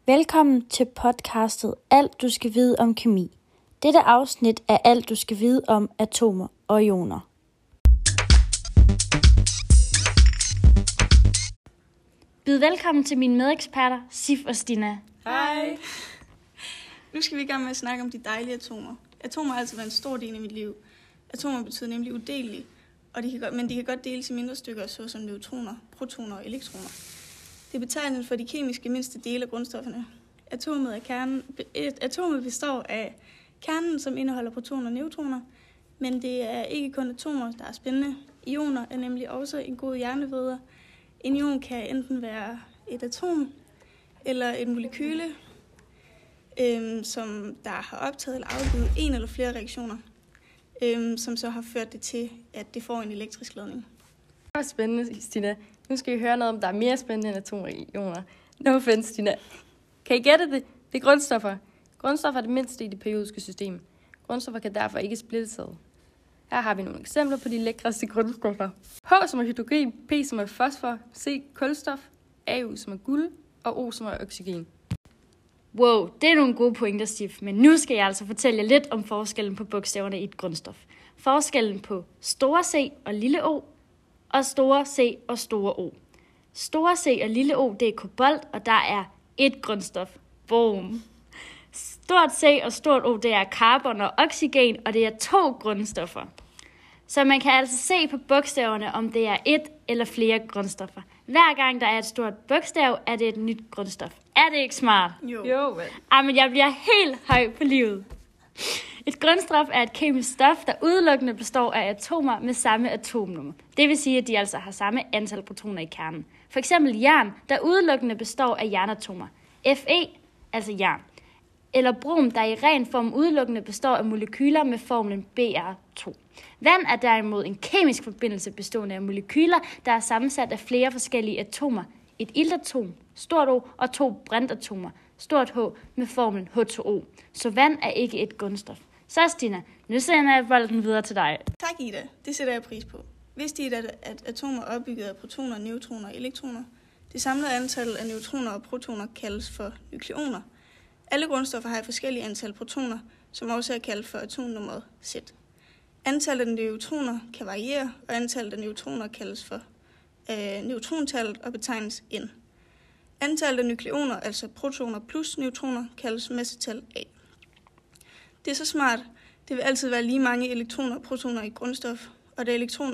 Velkommen til podcastet Alt du skal vide om kemi. Dette afsnit er alt du skal vide om atomer og ioner. Byd velkommen til mine medeksperter, Sif og Stina. Hej! Nu skal vi i gang med at snakke om de dejlige atomer. Atomer har altid været en stor del af mit liv. Atomer betyder nemlig udelelige, men de kan godt deles i mindre stykker, såsom neutroner, protoner og elektroner. Det er betegnelsen for de kemiske mindste dele af grundstofferne. Atomet består af kernen, som indeholder protoner og neutroner, men det er ikke kun atomer, der er spændende. Ioner er nemlig også en god hjernevrider. En ion kan enten være et atom eller et molekyle, som der har optaget eller afgivet en eller flere reaktioner, som så har ført det til, at det får en elektrisk ladning. Det var spændende, Stina. Nu skal vi høre noget om, der er mere spændende end atomer og ioner. No offense, Stina. Kan I gætte det? Det er grundstoffer. Grundstoffer er det mindste i det periodiske system. Grundstoffer kan derfor ikke splittes ad. Her har vi nogle eksempler på de lækreste grundstoffer. H som er hydrogen, P som er fosfor, C kulstof, AU som er guld og O som er oxygen. Wow, det er nogle gode pointer, Sif, men nu skal jeg altså fortælle jer lidt om forskellen på bogstaverne i et grundstof. Forskellen på store C og lille o, og store C og store O. Store C og lille o, det er kobolt, og der er et grundstof. Boom! Stort C og stort O, det er carbon og oxygen, og det er 2 grundstoffer. Så man kan altså se på bogstaverne, om det er et eller flere grundstoffer. Hver gang der er et stort bogstav, er det et nyt grundstof. Er det ikke smart? Jo. Men jeg bliver helt høj på livet. Et grundstof er et kemisk stof, der udelukkende består af atomer med samme atomnummer. Det vil sige, at de altså har samme antal protoner i kernen. For eksempel jern, der udelukkende består af jernatomer. Fe, altså jern. Eller brom, der i ren form udelukkende består af molekyler med formlen Br2. Vand er derimod en kemisk forbindelse bestående af molekyler, der er sammensat af flere forskellige atomer. Et iltatom, stort O, og 2 brintatomer, stort H, med formlen H2O. Så vand er ikke et grundstof. Så Stina, nu sender jeg bolden videre til dig. Tak Ida, det sætter jeg pris på. Vidste I, at atomer er opbygget af protoner, neutroner og elektroner? Det samlede antal af neutroner og protoner kaldes for nukleoner. Alle grundstoffer har et forskelligt antal protoner, som også er kaldt for atomnummeret Z. Antallet af neutroner kan variere, og antallet af neutroner kaldes for neutrontallet og betegnes N. Antallet af nukleoner, altså protoner plus neutroner, kaldes massetal A. Det er så smart. Det vil altid være lige mange elektroner og protoner i et grundstof, og da elektroner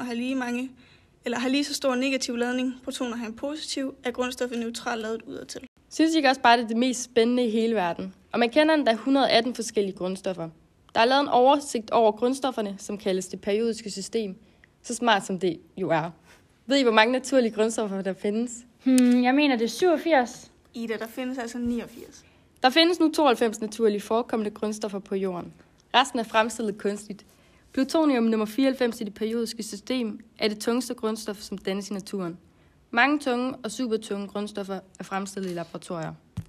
har lige så stor negativ ladning, protoner har en positiv, er grundstoffet neutralt ladet udadtil. Synes I ikke også bare, at det er det mest spændende i hele verden? Og man kender endda 118 forskellige grundstoffer. Der er lavet en oversigt over grundstofferne, som kaldes det periodiske system. Så smart som det jo er. Ved I, hvor mange naturlige grundstoffer der findes? Jeg mener, det er 87. Ida, der findes altså 89. Der findes nu 92 naturlige forekommende grundstoffer på jorden. Resten er fremstillet kunstigt. Plutonium nummer 94 i det periodiske system er det tungeste grundstof, som dannes i naturen. Mange tunge og supertunge grundstoffer er fremstillet i laboratorier.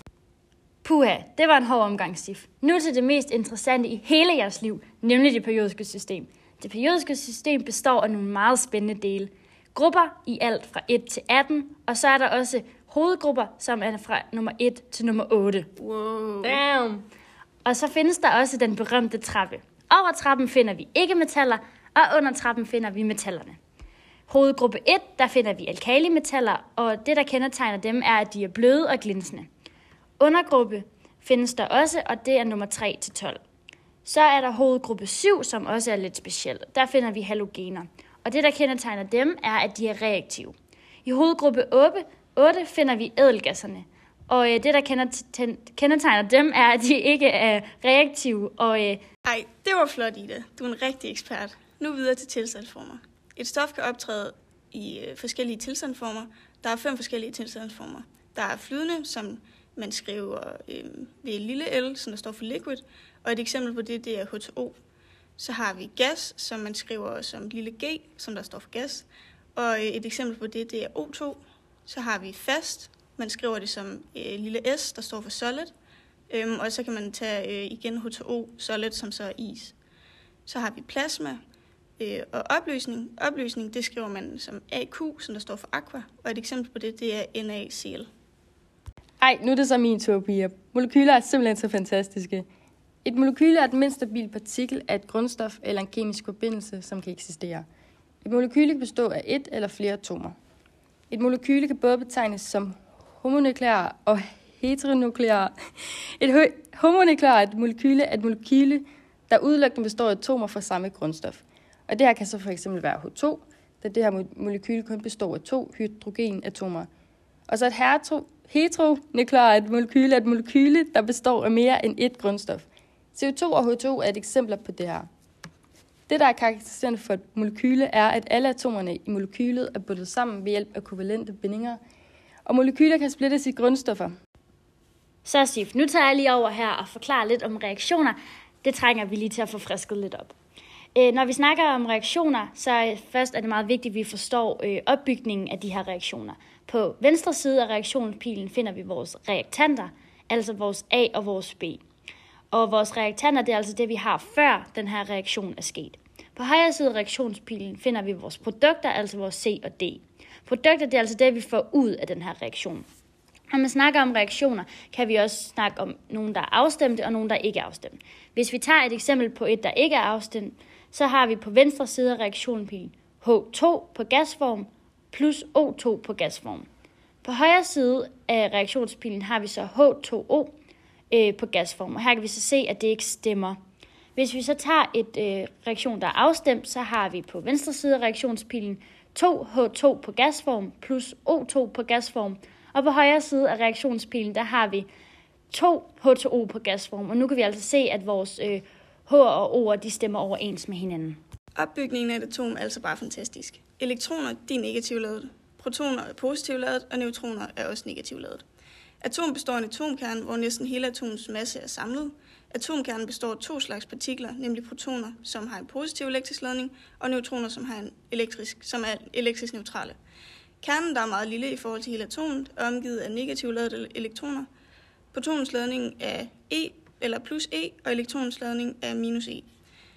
Puha, det var en hård omgang, Sif. Nu til det mest interessante i hele jeres liv, nemlig det periodiske system. Det periodiske system består af nogle meget spændende dele. Grupper i alt fra 1 til 18, og så er der også hovedgrupper, som er fra nummer 1 til nummer 8. Wow. Damn! Og så findes der også den berømte trappe. Over trappen finder vi ikke-metaller, og under trappen finder vi metallerne. Hovedgruppe 1, der finder vi alkalimetaller, og det, der kendetegner dem, er, at de er bløde og glinsende. Undergruppe findes der også, og det er nummer 3 til 12. Så er der hovedgruppe 7, som også er lidt speciel. Der finder vi halogener, og det, der kendetegner dem, er, at de er reaktive. I hovedgruppe 8 finder vi ædelgasserne, og det, der kendetegner dem, er, at de ikke er reaktive. Ej, det var flot, Ida. Du er en rigtig ekspert. Nu videre til tilstandsformer. Et stof kan optræde i forskellige tilstandsformer. Der er 5 forskellige tilstandsformer. Der er flydende, som man skriver ved lille l, som der står for liquid, og et eksempel på det er H2O. Så har vi gas, som man skriver som lille g, som der står for gas, og et eksempel på det er O2. Så har vi fast, man skriver det som lille s, der står for solid, og så kan man tage igen H2O, solid, som så er is. Så har vi plasma, og opløsning. Opløsning, det skriver man som AQ, som der står for aqua, og et eksempel på det er NaCl. Ej, nu er det så min tur, piger. Molekyler er simpelthen så fantastiske. Et molekyle er den mindst stabile partikel af et grundstof eller en kemisk forbindelse, som kan eksistere. Et molekyle kan bestå af et eller flere atomer. Et molekyle kan både betegnes som homonuklear og heteronuklear. Et homonuklear er et molekyle, der udelukkende består af atomer fra samme grundstof. Og det her kan så for eksempel være H2, da det her molekyle kun består af 2 hydrogenatomer. Og så et heteronuklear er et molekyle, der består af mere end et grundstof. CO2 og H2 er et eksempel på det her. Det, der er karakteriserende for et molekyle, er, at alle atomerne i molekylet er bundet sammen ved hjælp af kovalente bindinger, og molekyler kan splittes i grundstoffer. Så Sif, nu tager jeg lige over her og forklarer lidt om reaktioner. Det trænger vi lige til at få frisket lidt op. Når vi snakker om reaktioner, så først er det meget vigtigt, at vi forstår opbygningen af de her reaktioner. På venstre side af reaktionspilen finder vi vores reaktanter, altså vores A og vores B. Og vores reaktanter, det er altså det, vi har før den her reaktion er sket. På højre side af reaktionspilen finder vi vores produkter, altså vores C og D. Produkter, det er altså det, vi får ud af den her reaktion. Når man snakker om reaktioner, kan vi også snakke om nogen, der er afstemte, og nogen, der ikke er afstemt. Hvis vi tager et eksempel på et, der ikke er afstemt, så har vi på venstre side af reaktionspilen H2 på gasform plus O2 på gasform. På højre side af reaktionspilen har vi så H2O på gasform, og her kan vi så se, at det ikke stemmer. Hvis vi så tager et reaktion, der er afstemt, så har vi på venstre side af reaktionspilen 2H2 på gasform plus O2 på gasform, og på højre side af reaktionspilen, der har vi 2H2O på gasform, og nu kan vi altså se, at vores H og O'er, de stemmer overens med hinanden. Opbygningen af et atom er altså bare fantastisk. Elektroner, de er negativt ladet, protoner er positivt ladet, og neutroner er også negativt ladet. Atom består af en atomkerne, hvor næsten hele atomens masse er samlet. Atomkernen består af 2 slags partikler, nemlig protoner, som har en positiv elektrisk ladning, og neutroner, som er elektrisk neutrale. Kernen, der er meget lille i forhold til hele atomet, er omgivet af negativt ladede elektroner. Protonens ladning er E eller plus E, og elektronens ladning er minus E.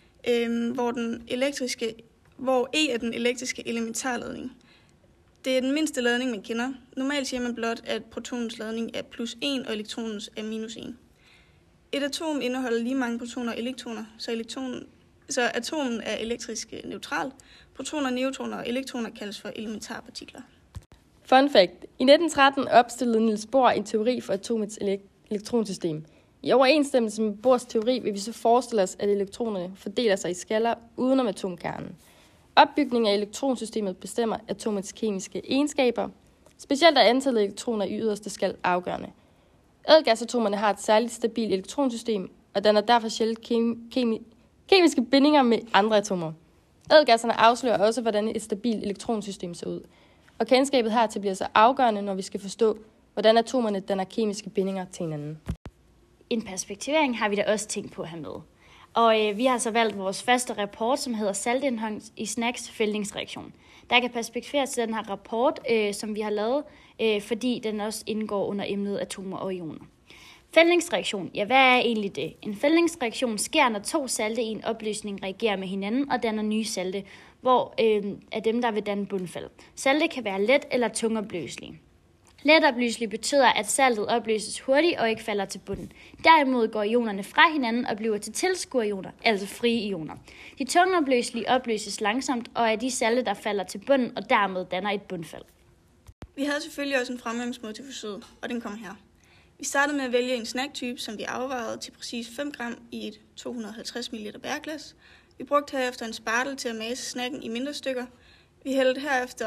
Hvor E er den elektriske elementarladning. Det er den mindste ladning, man kender. Normalt siger man blot, at protonens ladning er plus 1, og elektronens er minus 1. Et atom indeholder lige mange protoner og elektroner, så atomen er elektrisk neutral. Protoner, neutroner og elektroner kaldes for elementarpartikler. Fun fact. I 1913 opstillede Niels Bohr en teori for atomets elektronsystem. I overensstemmelse med Bohrs teori vil vi så forestille os, at elektronerne fordeler sig i skaller udenom atomkernen. Opbygningen af elektronsystemet bestemmer atomets kemiske egenskaber. Specielt er antallet af elektroner i yderste skal afgørende. Ædelgasatomerne har et særligt stabilt elektronsystem, og danner derfor sjældent kemiske bindinger med andre atomer. Ædelgasserne afslører også, hvordan et stabilt elektronsystem ser ud. Og kendskabet hertil bliver så afgørende, når vi skal forstå, hvordan atomerne danner kemiske bindinger til hinanden. En perspektivering har vi da også tænkt på at have med. Og vi har så valgt vores første rapport, som hedder Saltindhold i snacks fældningsreaktion. Der kan perspektiveres til den her rapport, som vi har lavet, fordi den også indgår under emnet atomer og ioner. Fældningsreaktion, ja, hvad er egentlig det? En fældningsreaktion sker, når 2 salte i en opløsning reagerer med hinanden og danner nye salte, hvor af dem, der vil danne bundfald. Salte kan være let eller tungopløselige. Letopløselige betyder, at saltet opløses hurtigt og ikke falder til bunden. Derimod går ionerne fra hinanden og bliver til tilskuerioner, altså frie ioner. De tungopløselige opløses langsomt og er de salte, der falder til bunden og dermed danner et bundfald. Vi havde selvfølgelig også en fremgangsmåde til forsøget, og den kom her. Vi startede med at vælge en snacktype, som vi afvejede til præcis 5 gram i et 250 ml bærglas. Vi brugte herefter en spartel til at mase snacken i mindre stykker. Vi hældte herefter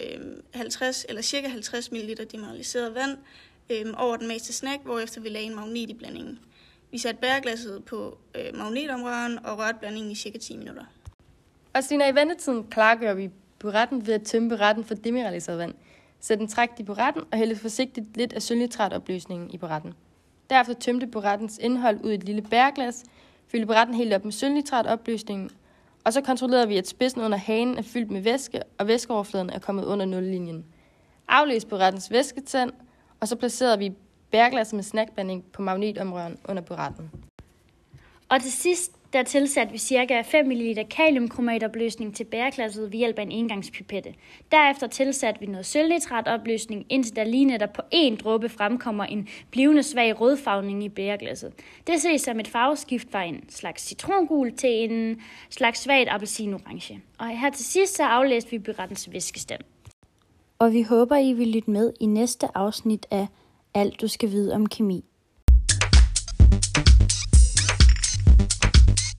50 eller cirka 50 ml demineraliseret vand over den maste snack, hvorefter vi lagde en magnet i blandingen. Vi satte bærglasset på magnetomrøren og rørte blandingen i cirka 10 minutter. Og senere i ventetiden klargør vi buretten ved at tømme buretten for demineraliseret vand. Sæt en træk i buretten og hælde forsigtigt lidt af sølvnitratopløsningen i buretten. Derefter tømte burettens indhold ud i et lille bærglas, fyldte buretten helt op med sølvnitratopløsningen, og så kontrollerede vi, at spidsen under hanen er fyldt med væske, og væskeoverfladen er kommet under nullinjen. Aflæs burettens væsketand, og så placerede vi bærglasset med snackblanding på magnetomrøren under buretten. Og til sidst Der tilsatte vi ca. 5 ml kaliumkromatopløsning til bæreglasset ved hjælp af en engangspipette. Derefter tilsatte vi noget sølvnitratopløsning, indtil der lige netop på 1 dråbe fremkommer en blivende svag rødfarvning i bæreglasset. Det ses som et farveskift fra en slags citrongul til en slags svagt appelsinorange. Og her til sidst så aflæste vi byrettens væskestand. Og vi håber, I vil lytte med i næste afsnit af Alt du skal vide om kemi.